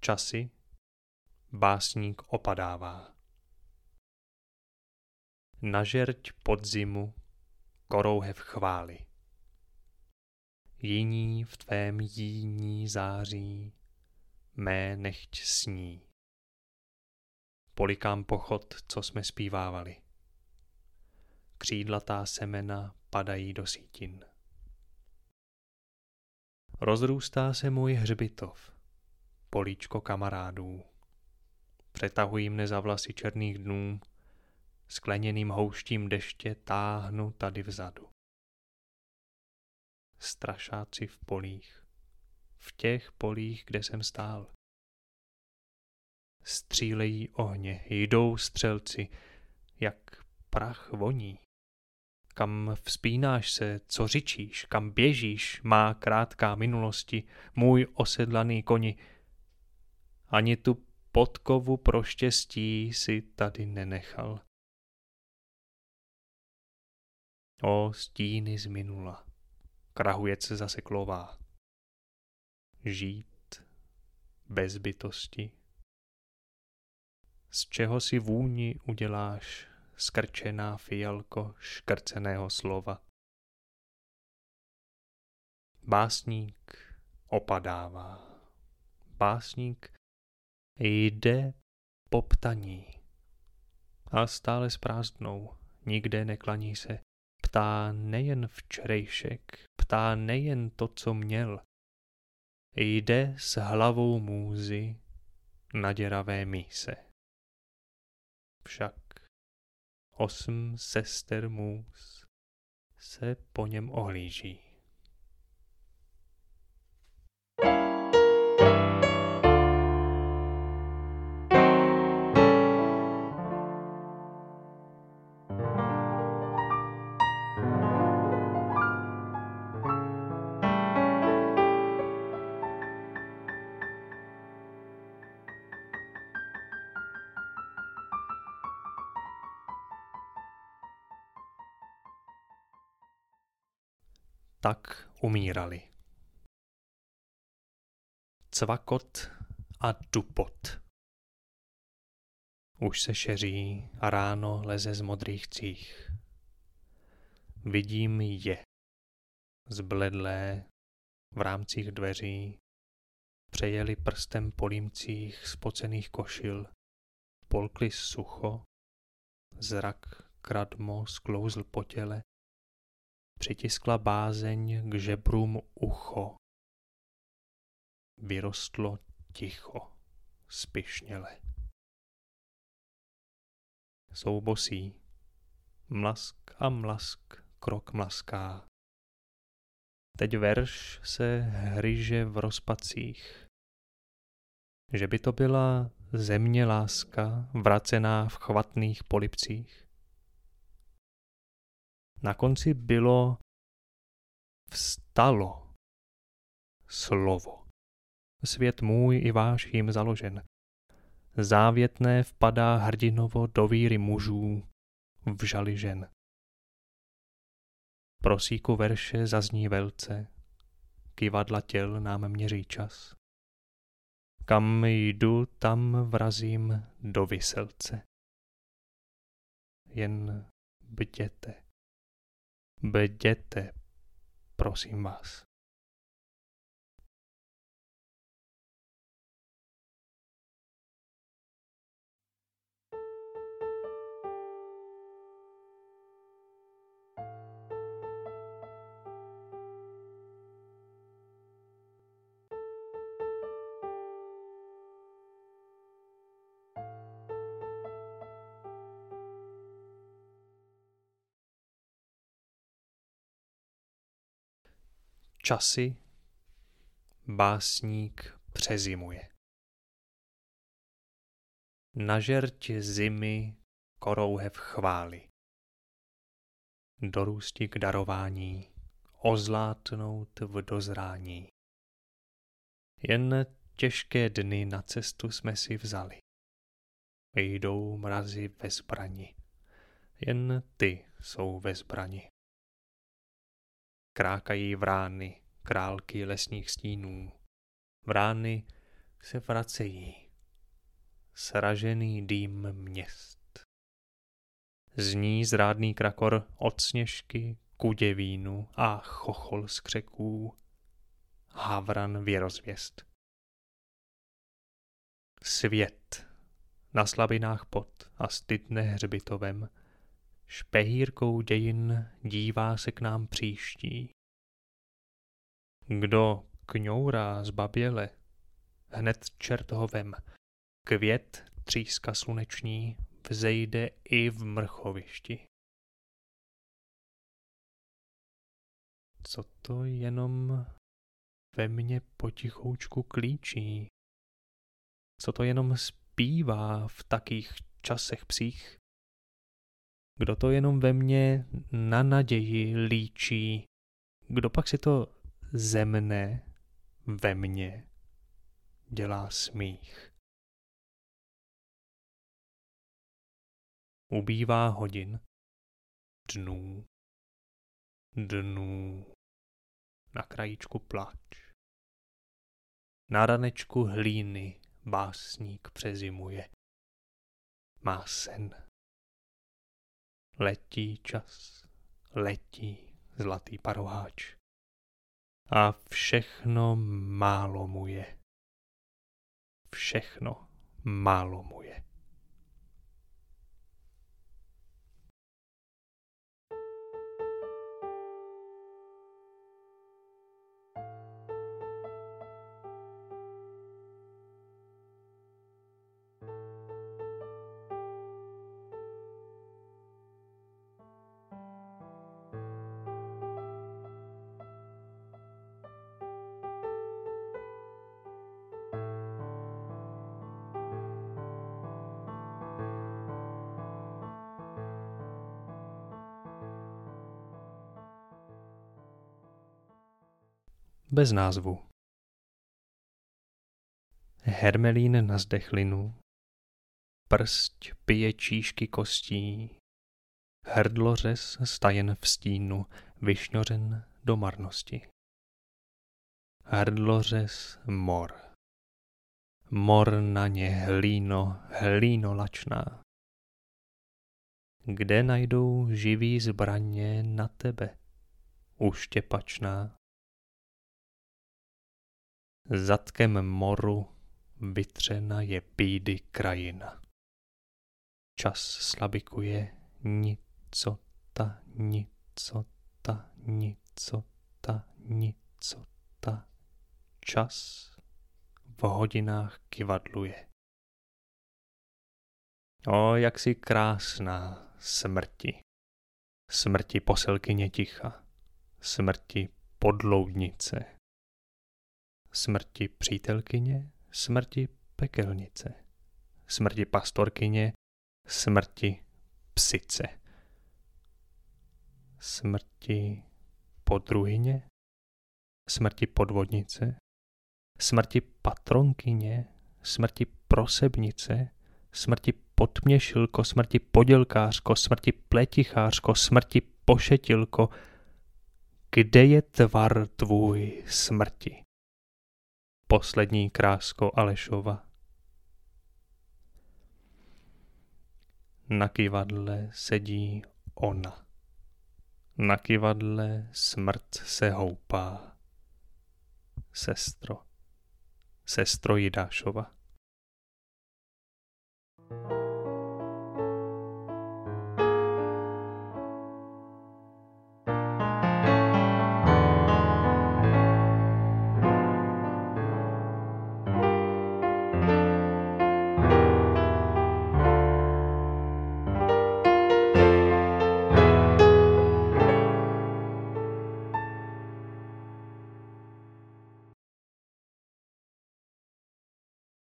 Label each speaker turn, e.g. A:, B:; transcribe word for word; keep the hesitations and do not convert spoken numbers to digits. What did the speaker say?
A: Časy básník opadává. Na žerť podzimu korouhev chvály. Jiní v tvém jíní září, mé nechť sní. Polikám pochod, co jsme zpívávali. Křídlatá semena padají do sítin. Rozrůstá se můj hřbitov, políčko kamarádů. Přetahují mne za vlasy černých dnů, skleněným houštím deště táhnu tady vzadu. Strašáci v polích, v těch polích, kde jsem stál. Střílejí ohně, jdou střelci, jak prach voní. Kam vzpínáš se, co řičíš, kam běžíš, má krátká minulosti, můj osedlaný koni. Ani tu podkovu pro štěstí si tady nenechal. O stíny z minula, krahujec zase klová. Žít bez bytosti. Z čeho si vůni uděláš skrčená fialko škrceného slova? Básník opadává. Básník jde po ptaní a stále s prázdnou, nikde neklaní se. Ptá nejen včerejšek, ptá nejen to, co měl. Jde s hlavou můzy na děravé míse. Však osm sester můz se po něm ohlíží. Tak umírali. Cvakot a dupot. Už se šeří a ráno leze z modrých cích. Vidím je, zbledlé, v rámcích dveří, přejeli prstem po límcích spocených košil, polkli sucho, zrak kradmo sklouzl po těle, přitiskla bázeň k žebrům ucho. Vyrostlo ticho, spyšněle. Jsou bosí, mlask a mlask krok mlaská. Teď verš se hryže v rozpacích. Že by to byla země láska, vracená v chvatných polibcích. Na konci bylo vstalo slovo. Svět můj i váš jim založen. Závětné vpadá hrdinovo do víry mužů v žali žen. Prosíku verše zazní velce, kyvadla těl nám měří čas. Kam jdu, tam vrazím do viselce. Jen bděte, bděte, prosím vás. Časy básník přezimuje. Na žerť zimy korouhev chvály. Dorůsti k darování, ozlátnout v dozrání. Jen těžké dny na cestu jsme si vzali. Jdou mrazy ve zbrani, jen ty jsou ve zbrani. Krákají vrány, králky lesních stínů, vrány se vracejí. Sražený dým měst. Zní zrádný krakor od Sněžky, Kuděvínu a chochol z křeků. Havran věrozvěst. Svět na slabinách pod a stydne hřbitovem, špehírkou dějin dívá se k nám příští. Kdo kňourá zbaběle, hned čert ho vem, květ tříska sluneční vzejde i v mrchovišti. Co to jenom ve mně potichoučku klíčí? Co to jenom zpívá v takých časech psích? Kdo to jenom ve mně na naději líčí? Kdo pak si to ze mne, ve mně, dělá smích? Ubývá hodin, dnů, dnů, na krajíčku pláč. Na ranečku hlíny básník přezimuje. Má sen. Letí čas, letí zlatý paroháč. A všechno málo mu je. Všechno málo mu je. Bez názvu. Hermelín na zdechlinu, prst pije číšky kostí, hrdlořez stajen v stínu, vyšňořen do marnosti. Hrdlořez mor. Mor na ně hlíno, hlíno lačná. Kde najdou živý zbraně na tebe, uštěpačná? Zadkem moru vytřena je bídy krajina. Čas slabikuje nicota, nicota, nicota, nicota. Čas v hodinách kivadluje. O, jak si krásná smrti. Smrti poselkyně ticha. Smrti podloudnice. Smrti přítelkyně, smrti pekelnice, smrti pastorkyně, smrti psice, smrti podruhyně, smrti podvodnice, smrti patronkyně, smrti prosebnice, smrti podměšilko, smrti podělkářko, smrti pletichářko, smrti pošetilko. Kde je tvar tvůj smrti? Poslední krásko Alešova. Na kyvadle sedí ona. Na kyvadle smrt se houpá. Sestro, sestro Jidášova.